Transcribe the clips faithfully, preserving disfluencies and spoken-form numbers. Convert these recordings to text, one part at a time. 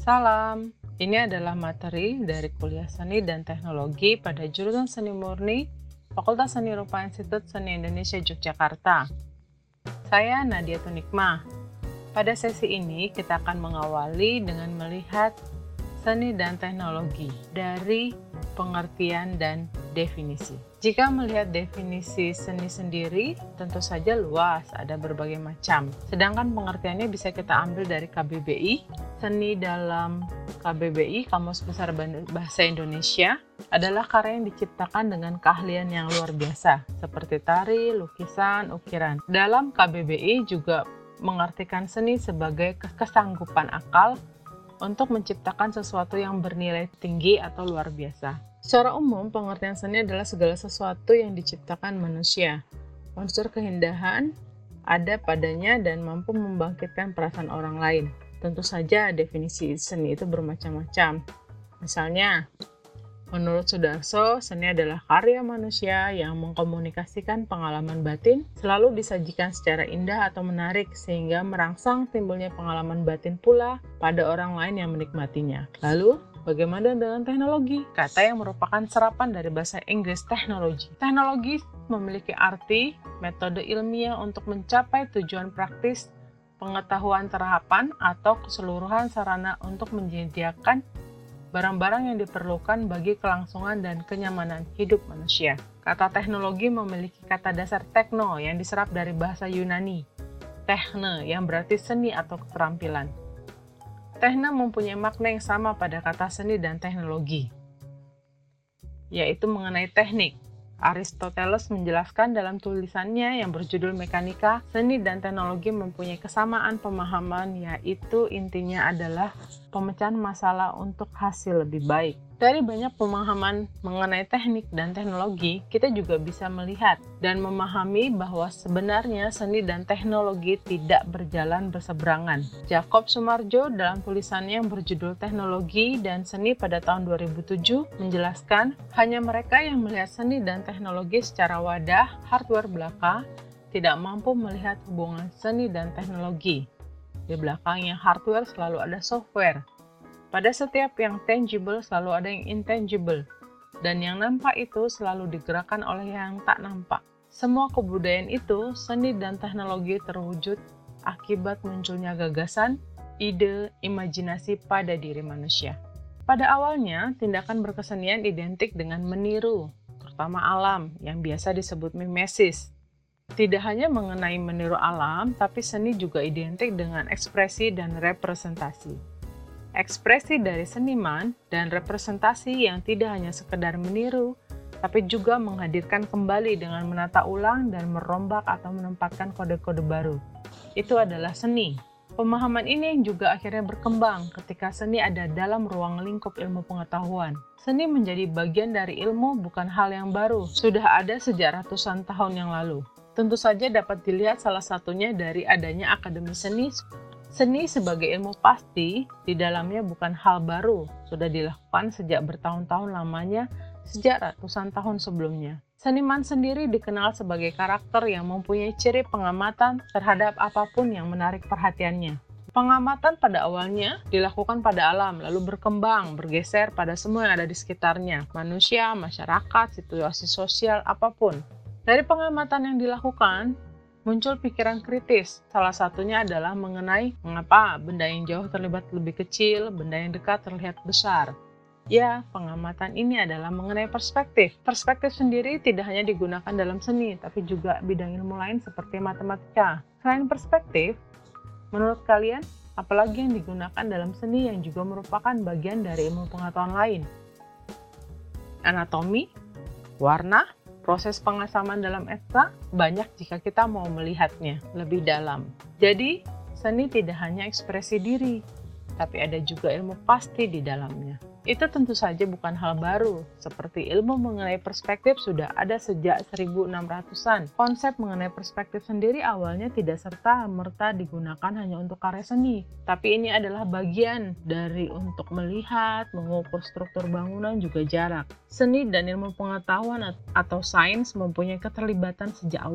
Salam, ini adalah materi dari kuliah Seni dan Teknologi pada jurusan Seni Murni, Fakultas Seni Rupa Institut Seni Indonesia Yogyakarta. Saya Nadia Tunikma. Pada sesi ini kita akan mengawali dengan melihat seni dan teknologi dari pengertian dan definisi. Jika melihat definisi seni sendiri, tentu saja luas, ada berbagai macam. Sedangkan pengertiannya bisa kita ambil dari K B B I. Seni dalam K B B I, Kamus Besar Bahasa Indonesia, adalah karya yang diciptakan dengan keahlian yang luar biasa, seperti tari, lukisan, ukiran. Dalam K B B I juga mengartikan seni sebagai kesanggupan akal untuk menciptakan sesuatu yang bernilai tinggi atau luar biasa. Secara umum, pengertian seni adalah segala sesuatu yang diciptakan manusia. Unsur keindahan ada padanya dan mampu membangkitkan perasaan orang lain. Tentu saja definisi seni itu bermacam-macam. Misalnya, menurut Sudarso, seni adalah karya manusia yang mengkomunikasikan pengalaman batin, selalu disajikan secara indah atau menarik sehingga merangsang timbulnya pengalaman batin pula pada orang lain yang menikmatinya. Lalu, bagaimana dengan teknologi? Kata yang merupakan serapan dari bahasa Inggris teknologi. Teknologi memiliki arti, metode ilmiah untuk mencapai tujuan praktis, pengetahuan terapan, atau keseluruhan sarana untuk menyediakan barang-barang yang diperlukan bagi kelangsungan dan kenyamanan hidup manusia. Kata teknologi memiliki kata dasar tekno yang diserap dari bahasa Yunani, techne yang berarti seni atau keterampilan. Techne mempunyai makna yang sama pada kata seni dan teknologi, yaitu mengenai teknik. Aristoteles menjelaskan dalam tulisannya yang berjudul Mekanika, seni dan teknologi mempunyai kesamaan pemahaman, yaitu intinya adalah pemecahan masalah untuk hasil lebih baik. Dari banyak pemahaman mengenai teknik dan teknologi, kita juga bisa melihat dan memahami bahwa sebenarnya seni dan teknologi tidak berjalan berseberangan. Jakob Sumarjo dalam tulisannya yang berjudul Teknologi dan Seni pada tahun dua ribu tujuh menjelaskan, hanya mereka yang melihat seni dan teknologi secara wadah, hardware belaka, tidak mampu melihat hubungan seni dan teknologi. Di belakangnya hardware selalu ada software. Pada setiap yang tangible selalu ada yang intangible, dan yang nampak itu selalu digerakkan oleh yang tak nampak. Semua kebudayaan itu, seni dan teknologi terwujud akibat munculnya gagasan, ide, imajinasi pada diri manusia. Pada awalnya, tindakan berkesenian identik dengan meniru, terutama alam, yang biasa disebut mimesis. Tidak hanya mengenai meniru alam, tapi seni juga identik dengan ekspresi dan representasi. Ekspresi dari seniman dan representasi yang tidak hanya sekedar meniru, tapi juga menghadirkan kembali dengan menata ulang dan merombak atau menempatkan kode-kode baru. Itu adalah seni. Pemahaman ini yang juga akhirnya berkembang ketika seni ada dalam ruang lingkup ilmu pengetahuan. Seni menjadi bagian dari ilmu bukan hal yang baru, sudah ada sejak ratusan tahun yang lalu. Tentu saja dapat dilihat salah satunya dari adanya Akademi Seni. Seni sebagai ilmu pasti di dalamnya bukan hal baru, sudah dilakukan sejak bertahun-tahun lamanya, sejak ratusan tahun sebelumnya. Seniman sendiri dikenal sebagai karakter yang mempunyai ciri pengamatan terhadap apapun yang menarik perhatiannya. Pengamatan pada awalnya dilakukan pada alam, lalu berkembang, bergeser pada semua yang ada di sekitarnya, manusia, masyarakat, situasi sosial, apapun. Dari pengamatan yang dilakukan, muncul pikiran kritis. Salah satunya adalah mengenai mengapa benda yang jauh terlihat lebih kecil, benda yang dekat terlihat besar. Ya, pengamatan ini adalah mengenai perspektif. Perspektif sendiri tidak hanya digunakan dalam seni, tapi juga bidang ilmu lain seperti matematika. Selain perspektif, menurut kalian, apalagi yang digunakan dalam seni yang juga merupakan bagian dari ilmu pengetahuan lain? Anatomi, warna, proses pengasaman dalam ekstra banyak jika kita mau melihatnya lebih dalam. Jadi, seni tidak hanya ekspresi diri, tapi ada juga ilmu pasti di dalamnya. Itu tentu saja bukan hal baru, seperti ilmu mengenai perspektif sudah ada sejak seribu enam ratusan. Konsep mengenai perspektif sendiri awalnya tidak serta-merta digunakan hanya untuk karya seni, tapi ini adalah bagian dari untuk melihat, mengukur struktur bangunan juga jarak. Seni dan ilmu pengetahuan atau sains mempunyai keterlibatan sejak awal.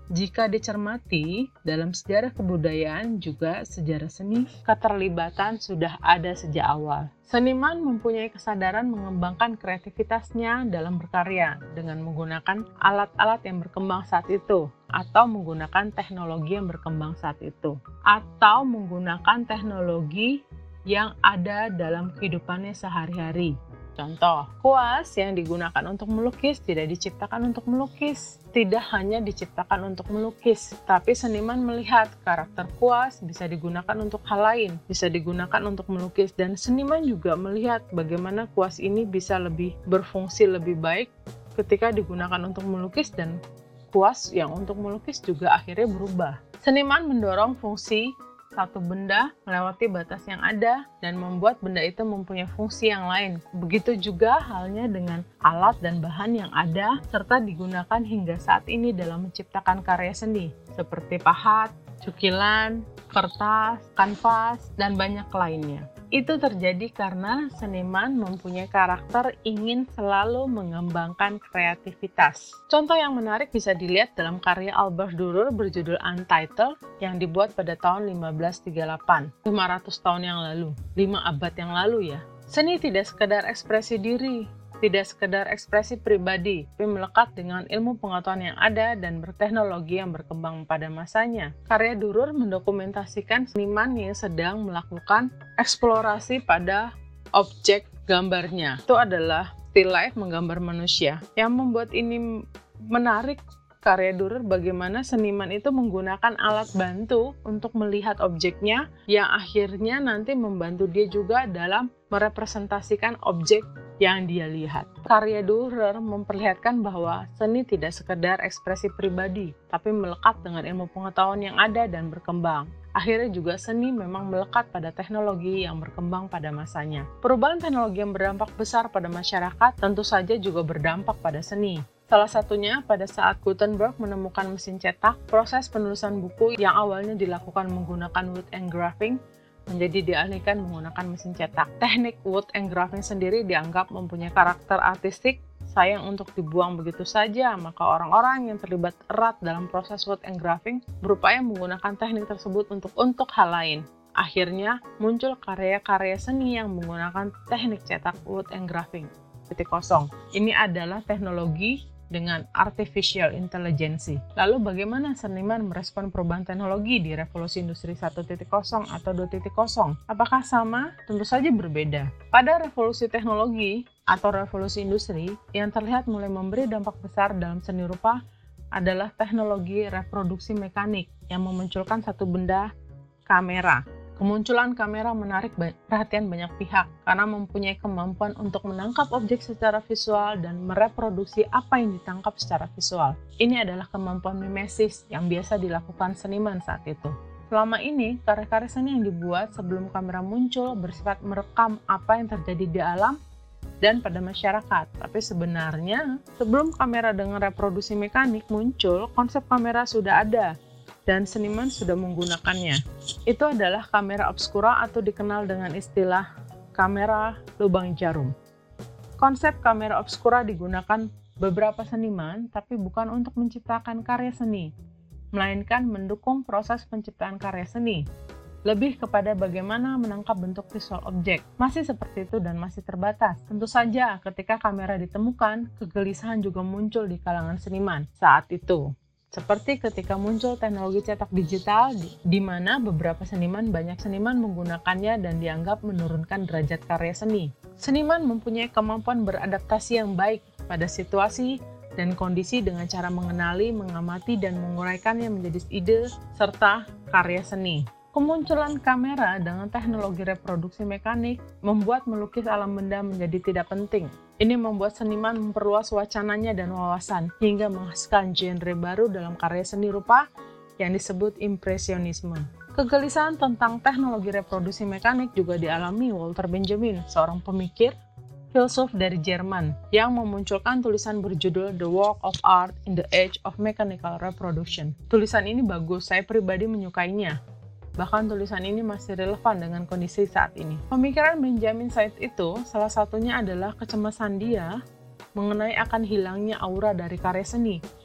Jika dicermati, dalam sejarah kebudayaan juga sejarah seni, keterlibatan sudah ada sejak awal. Seniman mempunyai kesadaran mengembangkan kreativitasnya dalam berkarya dengan menggunakan alat-alat yang berkembang saat itu, atau menggunakan teknologi yang berkembang saat itu, atau menggunakan teknologi yang ada dalam kehidupannya sehari-hari. Contoh, kuas yang digunakan untuk melukis tidak diciptakan untuk melukis. Tidak hanya diciptakan untuk melukis, tapi seniman melihat karakter kuas bisa digunakan untuk hal lain, bisa digunakan untuk melukis, dan seniman juga melihat bagaimana kuas ini bisa lebih berfungsi lebih baik ketika digunakan untuk melukis, dan kuas yang untuk melukis juga akhirnya berubah. Seniman mendorong fungsi satu benda melewati batas yang ada dan membuat benda itu mempunyai fungsi yang lain. Begitu juga halnya dengan alat dan bahan yang ada serta digunakan hingga saat ini dalam menciptakan karya seni seperti pahat, cukilan, kertas, kanvas, dan banyak lainnya. Itu terjadi karena seniman mempunyai karakter ingin selalu mengembangkan kreativitas. Contoh yang menarik bisa dilihat dalam karya Albert Dürer berjudul Untitled yang dibuat pada tahun lima belas tiga puluh delapan, lima ratus tahun yang lalu, lima abad yang lalu ya. Seni tidak sekedar ekspresi diri, tidak sekedar ekspresi pribadi, tapi melekat dengan ilmu pengetahuan yang ada dan berteknologi yang berkembang pada masanya. Karya Dürer mendokumentasikan seniman yang sedang melakukan eksplorasi pada objek gambarnya. Itu adalah still life menggambar manusia. Yang membuat ini menarik karya Dürer bagaimana seniman itu menggunakan alat bantu untuk melihat objeknya yang akhirnya nanti membantu dia juga dalam merepresentasikan objek yang dia lihat. Karya Dürer memperlihatkan bahwa seni tidak sekedar ekspresi pribadi, tapi melekat dengan ilmu pengetahuan yang ada dan berkembang. Akhirnya juga seni memang melekat pada teknologi yang berkembang pada masanya. Perubahan teknologi yang berdampak besar pada masyarakat tentu saja juga berdampak pada seni. Salah satunya pada saat Gutenberg menemukan mesin cetak, proses penulisan buku yang awalnya dilakukan menggunakan wood engraving menjadi dialihkan menggunakan mesin cetak. Teknik wood engraving sendiri dianggap mempunyai karakter artistik, sayang untuk dibuang begitu saja, maka orang-orang yang terlibat erat dalam proses wood engraving berupaya menggunakan teknik tersebut untuk untuk hal lain. Akhirnya muncul karya-karya seni yang menggunakan teknik cetak wood engraving. Titik kosong. Ini adalah teknologi dengan artificial intelligence. Lalu bagaimana seniman merespon perubahan teknologi di revolusi industri satu titik nol atau dua titik nol? Apakah sama? Tentu saja berbeda. Pada revolusi teknologi atau revolusi industri, yang terlihat mulai memberi dampak besar dalam seni rupa adalah teknologi reproduksi mekanik yang memunculkan satu benda, kamera. Kemunculan kamera menarik perhatian banyak pihak karena mempunyai kemampuan untuk menangkap objek secara visual dan mereproduksi apa yang ditangkap secara visual. Ini adalah kemampuan mimesis yang biasa dilakukan seniman saat itu. Selama ini, karya-karya seni yang dibuat sebelum kamera muncul bersifat merekam apa yang terjadi di alam dan pada masyarakat. Tapi sebenarnya, sebelum kamera dengan reproduksi mekanik muncul, konsep kamera sudah ada dan seniman sudah menggunakannya. Itu adalah kamera obscura atau dikenal dengan istilah kamera lubang jarum. Konsep kamera obscura digunakan beberapa seniman, tapi bukan untuk menciptakan karya seni, melainkan mendukung proses penciptaan karya seni. Lebih kepada bagaimana menangkap bentuk visual objek. Masih seperti itu dan masih terbatas. Tentu saja ketika kamera ditemukan, kegelisahan juga muncul di kalangan seniman saat itu. Seperti ketika muncul teknologi cetak digital, di, di mana beberapa seniman, banyak seniman menggunakannya dan dianggap menurunkan derajat karya seni. Seniman mempunyai kemampuan beradaptasi yang baik pada situasi dan kondisi dengan cara mengenali, mengamati, dan menguraikannya menjadi ide serta karya seni. Kemunculan kamera dengan teknologi reproduksi mekanik membuat melukis alam benda menjadi tidak penting. Ini membuat seniman memperluas wacananya dan wawasan hingga menghasilkan genre baru dalam karya seni rupa yang disebut impresionisme. Kegelisahan tentang teknologi reproduksi mekanik juga dialami Walter Benjamin, seorang pemikir, filsuf dari Jerman, yang memunculkan tulisan berjudul The Work of Art in the Age of Mechanical Reproduction. Tulisan ini bagus, saya pribadi menyukainya. Bahkan tulisan ini masih relevan dengan kondisi saat ini. Pemikiran Benjamin Said itu salah satunya adalah kecemasan dia mengenai akan hilangnya aura dari karya seni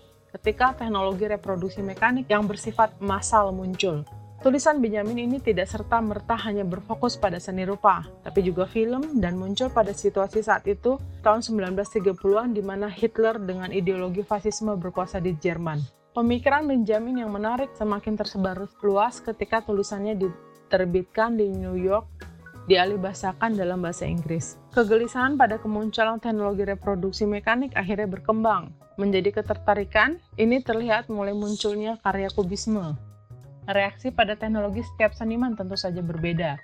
ketika teknologi reproduksi mekanik yang bersifat massal muncul. Tulisan Benjamin ini tidak serta-merta hanya berfokus pada seni rupa, tapi juga film dan muncul pada situasi saat itu tahun sembilan belas tiga puluhan di mana Hitler dengan ideologi fasisme berkuasa di Jerman. Pemikiran Benjamin yang menarik semakin tersebar luas ketika tulisannya diterbitkan di New York dialihbahasakan dalam bahasa Inggris. Kegelisahan pada kemunculan teknologi reproduksi mekanik akhirnya berkembang. Menjadi ketertarikan, ini terlihat mulai munculnya karya kubisme. Reaksi pada teknologi setiap seniman tentu saja berbeda.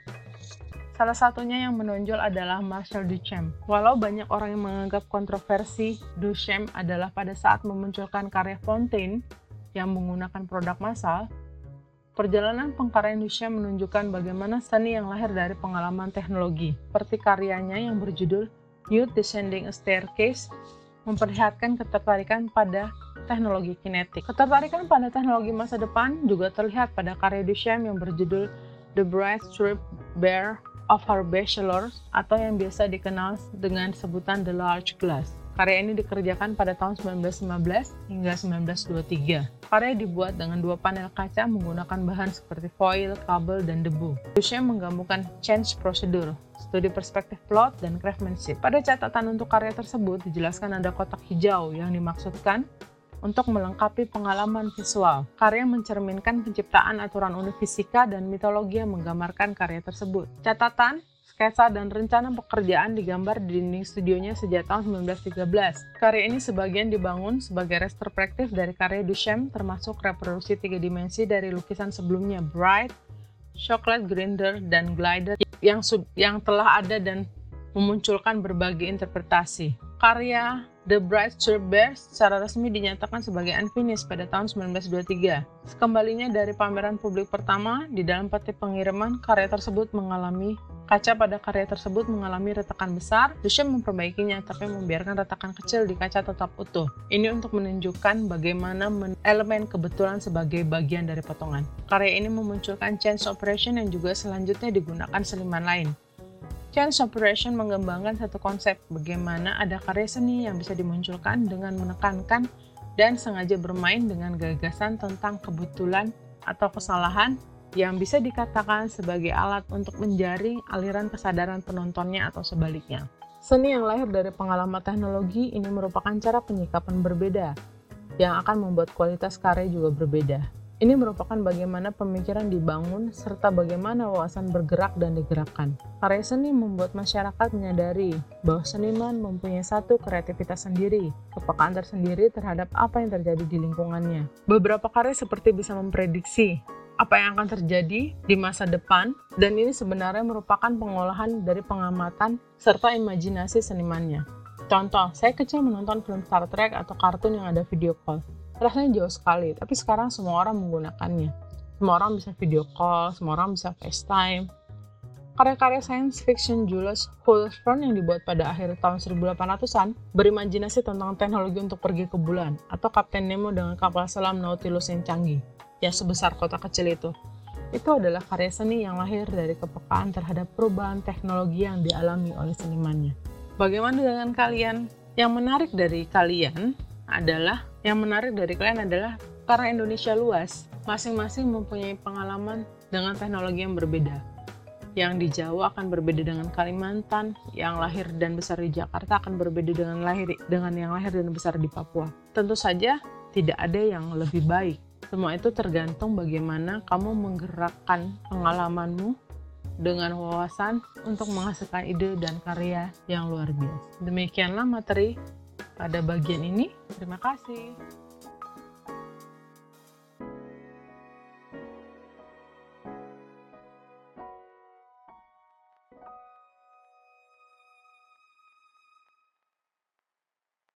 Salah satunya yang menonjol adalah Marcel Duchamp. Walau banyak orang yang menganggap kontroversi, Duchamp adalah pada saat memunculkan karya Fontaine yang menggunakan produk massal, perjalanan pengkaryaan Duchamp menunjukkan bagaimana seni yang lahir dari pengalaman teknologi, seperti karyanya yang berjudul Youth Descending a Staircase, memperlihatkan ketertarikan pada teknologi kinetik. Ketertarikan pada teknologi masa depan juga terlihat pada karya Duchamp yang berjudul The Bright Strip Bare of Her Bachelors, atau yang biasa dikenal dengan sebutan The Large Glass. Karya ini dikerjakan pada tahun sembilan belas lima belas hingga sembilan belas dua puluh tiga. Karya dibuat dengan dua panel kaca menggunakan bahan seperti foil, kabel, dan debu. Duchamp menggabungkan change procedure, studi perspektif plot, dan craftsmanship. Pada catatan untuk karya tersebut dijelaskan ada kotak hijau yang dimaksudkan untuk melengkapi pengalaman visual. Karya mencerminkan penciptaan aturan unik fisika dan mitologi yang menggambarkan karya tersebut. Catatan, sketsa, dan rencana pekerjaan digambar di dinding studionya sejak tahun sembilan belas tiga belas. Karya ini sebagian dibangun sebagai retrospektif dari karya Duchamp, termasuk reproduksi tiga dimensi dari lukisan sebelumnya Bright, Chocolate Grinder, dan Glider yang, yang telah ada dan memunculkan berbagai interpretasi. Karya The Bright Strip Bare secara resmi dinyatakan sebagai unfinished pada tahun sembilan belas dua puluh tiga. Sekembalinya dari pameran publik pertama, di dalam peti pengiriman, karya tersebut mengalami kaca pada karya tersebut mengalami retakan besar. Duchamp memperbaikinya, tapi membiarkan retakan kecil di kaca tetap utuh. Ini untuk menunjukkan bagaimana men- elemen kebetulan sebagai bagian dari potongan. Karya ini memunculkan change operation yang juga selanjutnya digunakan seniman lain. Change operation mengembangkan satu konsep bagaimana ada karya seni yang bisa dimunculkan dengan menekankan dan sengaja bermain dengan gagasan tentang kebetulan atau kesalahan yang bisa dikatakan sebagai alat untuk menjaring aliran kesadaran penontonnya atau sebaliknya. Seni yang lahir dari pengalaman teknologi ini merupakan cara penyikapan berbeda yang akan membuat kualitas karya juga berbeda. Ini merupakan bagaimana pemikiran dibangun serta bagaimana wawasan bergerak dan digerakkan. Karya seni membuat masyarakat menyadari bahwa seniman mempunyai satu kreativitas sendiri, kepekaan tersendiri terhadap apa yang terjadi di lingkungannya. Beberapa karya seperti bisa memprediksi apa yang akan terjadi di masa depan, dan ini sebenarnya merupakan pengolahan dari pengamatan serta imajinasi senimannya. Contoh, saya kecil menonton film Star Trek atau kartun yang ada video call. Rasanya jauh sekali, tapi sekarang semua orang menggunakannya. Semua orang bisa video call, semua orang bisa FaceTime. Karya-karya science fiction Jules Verne yang dibuat pada akhir tahun seribu delapan ratusan berimajinasi tentang teknologi untuk pergi ke bulan, atau Kapten Nemo dengan kapal selam Nautilus yang canggih, yang sebesar kota kecil itu. Itu adalah karya seni yang lahir dari kepekaan terhadap perubahan teknologi yang dialami oleh senimannya. Bagaimana dengan kalian? Yang menarik dari kalian adalah yang menarik dari kalian adalah karena Indonesia luas, masing-masing mempunyai pengalaman dengan teknologi yang berbeda. Yang di Jawa akan berbeda dengan Kalimantan, yang lahir dan besar di Jakarta akan berbeda dengan lahir dengan yang lahir dan besar di Papua. Tentu saja tidak ada yang lebih baik. Semua itu tergantung bagaimana kamu menggerakkan pengalamanmu dengan wawasan untuk menghasilkan ide dan karya yang luar biasa. Demikianlah materi pada bagian ini. Terima kasih.